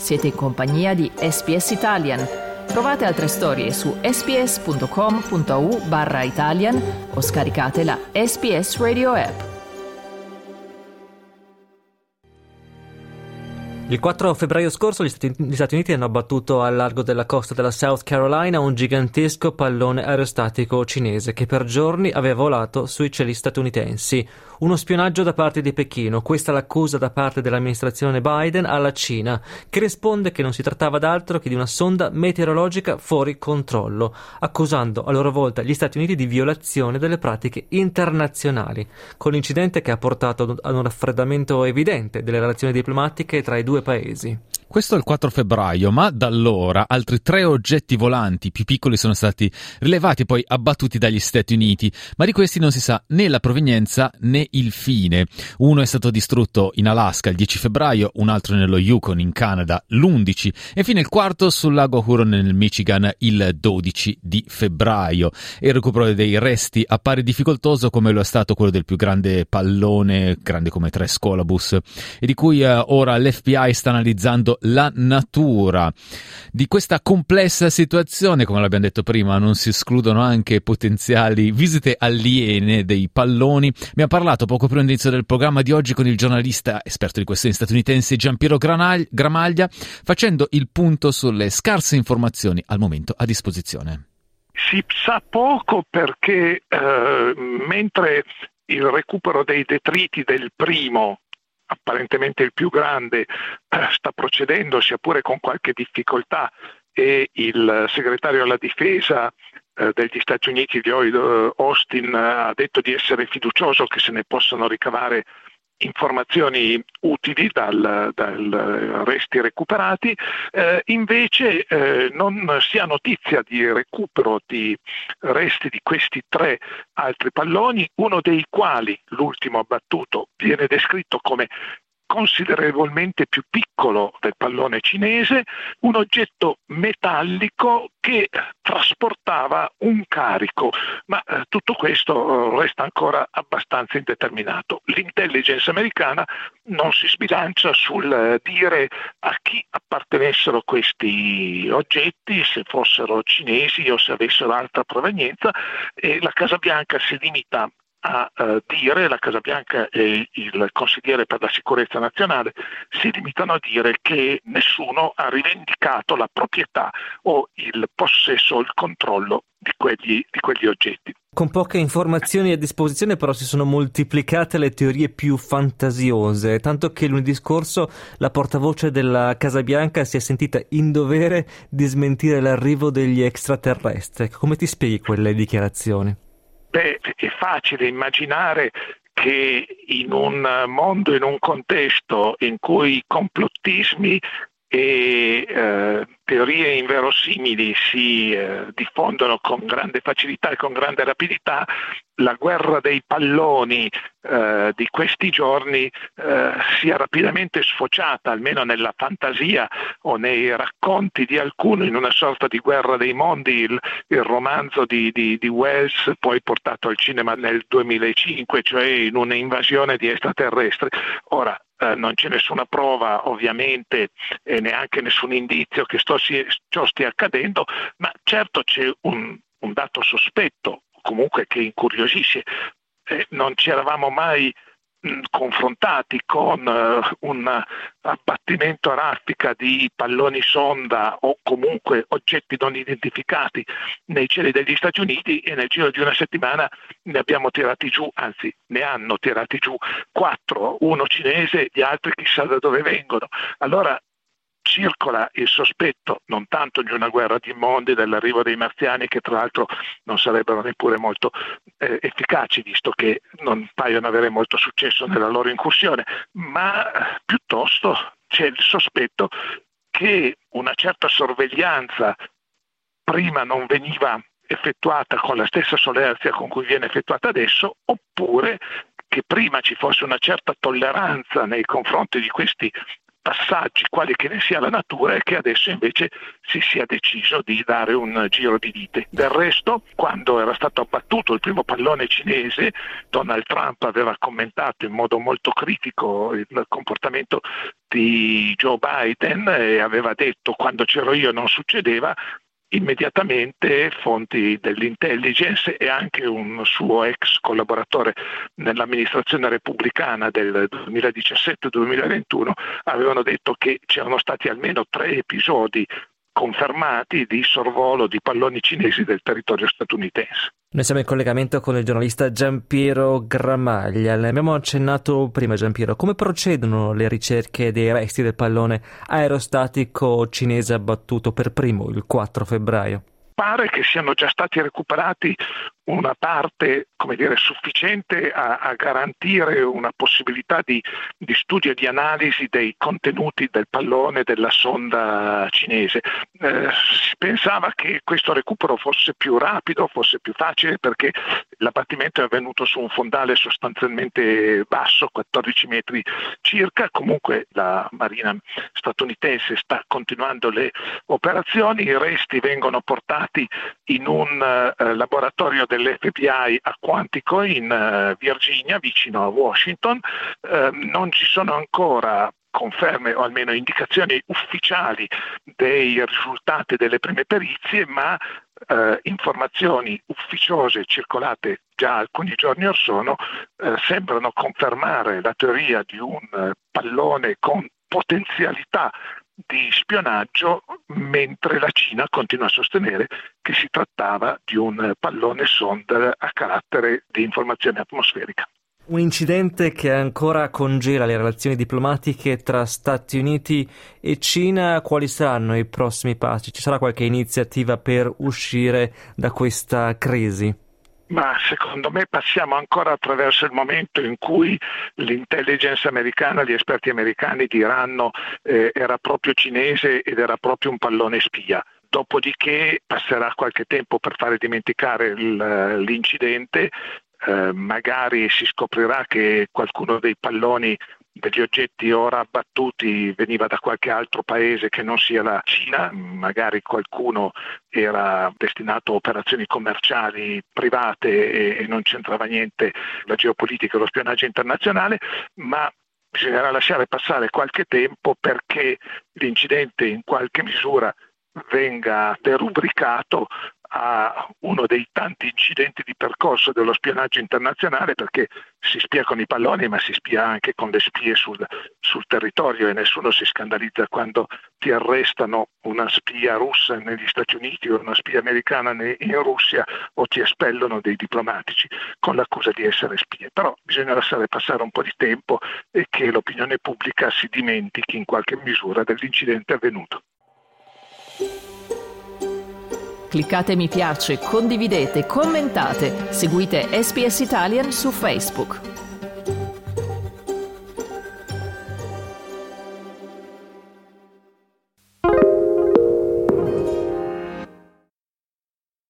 Siete in compagnia di SPS Italian. Trovate altre storie su sps.com.au/Italian o scaricate la SPS Radio app. Il 4 febbraio scorso gli Stati Uniti hanno abbattuto al largo della costa della South Carolina un gigantesco pallone aerostatico cinese che per giorni aveva volato sui cieli statunitensi. Uno spionaggio da parte di Pechino, questa l'accusa da parte dell'amministrazione Biden alla Cina, che risponde che non si trattava d'altro che di una sonda meteorologica fuori controllo, accusando a loro volta gli Stati Uniti di violazione delle pratiche internazionali, con l'incidente che ha portato ad un raffreddamento evidente delle relazioni diplomatiche tra i due paesi. Questo è il 4 febbraio, ma da allora altri 3 oggetti volanti più piccoli sono stati rilevati e poi abbattuti dagli Stati Uniti, ma di questi non si sa né la provenienza né il fine. Uno è stato distrutto in Alaska il 10 febbraio, un altro nello Yukon in Canada l'11 e infine il quarto sul lago Huron nel Michigan il 12 di febbraio. E il recupero dei resti appare difficoltoso come lo è stato quello del più grande pallone, grande come 3 scuolabus, e di cui ora l'FBI sta analizzando la natura. Di questa complessa situazione, come l'abbiamo detto prima, non si escludono anche potenziali visite aliene dei palloni. Mi ha parlato poco prima dell'inizio del programma di oggi con il giornalista esperto di questioni statunitensi Giampiero Gramaglia, facendo il punto sulle scarse informazioni al momento a disposizione. Si sa poco perché mentre il recupero dei detriti del primo, apparentemente il più grande, sta procedendo sia pure con qualche difficoltà, e il segretario alla difesa degli Stati Uniti, Lloyd Austin, ha detto di essere fiducioso che se ne possano ricavare informazioni utili dal resti recuperati, invece non si ha notizia di recupero di resti di questi 3 altri palloni, uno dei quali, l'ultimo abbattuto, viene descritto come considerevolmente più piccolo del pallone cinese, un oggetto metallico che trasportava un carico, ma tutto questo resta ancora abbastanza indeterminato. L'intelligence americana non si sbilancia sul dire a chi appartenessero questi oggetti, se fossero cinesi o se avessero altra provenienza, e la Casa Bianca si limita a dire, la Casa Bianca e il consigliere per la sicurezza nazionale si limitano a dire che nessuno ha rivendicato la proprietà o il possesso o il controllo di quegli oggetti. Con poche informazioni a disposizione però si sono moltiplicate le teorie più fantasiose, tanto che lunedì scorso la portavoce della Casa Bianca si è sentita in dovere di smentire l'arrivo degli extraterrestri. Come ti spieghi quelle dichiarazioni? Beh, è facile immaginare che in un mondo, in un contesto in cui i complottismi e teorie inverosimili si diffondono con grande facilità e con grande rapidità, la guerra dei palloni di questi giorni sia rapidamente sfociata, almeno nella fantasia o nei racconti di alcuni, in una sorta di guerra dei mondi, il romanzo di Wells, poi portato al cinema nel 2005, cioè in un'invasione di extraterrestri. Ora, non c'è nessuna prova ovviamente e neanche nessun indizio che ciò stia accadendo, ma certo c'è un dato sospetto, comunque che incuriosisce. Non ci eravamo mai confrontati con un abbattimento a raffica di palloni sonda o comunque oggetti non identificati nei cieli degli Stati Uniti, e nel giro di una settimana ne abbiamo tirati giù, anzi ne hanno tirati giù 4, uno cinese, gli altri chissà da dove vengono. Allora circola il sospetto non tanto di una guerra di mondi, dell'arrivo dei marziani, che tra l'altro non sarebbero neppure molto efficaci, visto che non paiono avere molto successo nella loro incursione, ma piuttosto c'è il sospetto che una certa sorveglianza prima non veniva effettuata con la stessa solerzia con cui viene effettuata adesso, oppure che prima ci fosse una certa tolleranza nei confronti di questi passaggi, quali che ne sia la natura, e che adesso invece si sia deciso di dare un giro di vite. Del resto, quando era stato abbattuto il primo pallone cinese, Donald Trump aveva commentato in modo molto critico il comportamento di Joe Biden e aveva detto: quando c'ero io non succedeva. Immediatamente fonti dell'intelligence e anche un suo ex collaboratore nell'amministrazione repubblicana del 2017-2021 avevano detto che c'erano stati almeno 3 episodi confermati di sorvolo di palloni cinesi del territorio statunitense. Noi siamo in collegamento con il giornalista Giampiero Gramaglia. Le abbiamo accennato prima, Giampiero. Come procedono le ricerche dei resti del pallone aerostatico cinese abbattuto per primo il 4 febbraio? Pare che siano già stati recuperati una parte, sufficiente a garantire una possibilità di studio e di analisi dei contenuti del pallone della sonda cinese. Si pensava che questo recupero fosse più rapido, fosse più facile, perché l'abbattimento è avvenuto su un fondale sostanzialmente basso, 14 metri circa. Comunque la Marina statunitense sta continuando le operazioni, i resti vengono portati in un laboratorio dell'FBI a Quantico in Virginia, vicino a Washington. Non ci sono ancora conferme o almeno indicazioni ufficiali dei risultati delle prime perizie, ma informazioni ufficiose circolate già alcuni giorni or sono sembrano confermare la teoria di un pallone con potenzialità di spionaggio, mentre la Cina continua a sostenere che si trattava di un pallone sonda a carattere di informazione atmosferica. Un incidente che ancora congela le relazioni diplomatiche tra Stati Uniti e Cina. Quali saranno i prossimi passi? Ci sarà qualche iniziativa per uscire da questa crisi? Ma secondo me passiamo ancora attraverso il momento in cui l'intelligence americana, gli esperti americani diranno era proprio cinese ed era proprio un pallone spia. Dopodiché passerà qualche tempo per fare dimenticare l'incidente, magari si scoprirà che qualcuno dei palloni, degli oggetti ora abbattuti, veniva da qualche altro paese che non sia la Cina, magari qualcuno era destinato a operazioni commerciali private e non c'entrava niente la geopolitica e lo spionaggio internazionale, ma bisognerà lasciare passare qualche tempo perché l'incidente in qualche misura venga derubricato a uno dei tanti incidenti di percorso dello spionaggio internazionale, perché si spia con i palloni ma si spia anche con le spie sul territorio, e nessuno si scandalizza quando ti arrestano una spia russa negli Stati Uniti o una spia americana in Russia, o ti espellono dei diplomatici con l'accusa di essere spie. Però bisogna lasciare passare un po' di tempo e che l'opinione pubblica si dimentichi in qualche misura dell'incidente avvenuto. Cliccate mi piace, condividete, commentate, seguite SBS Italian su Facebook.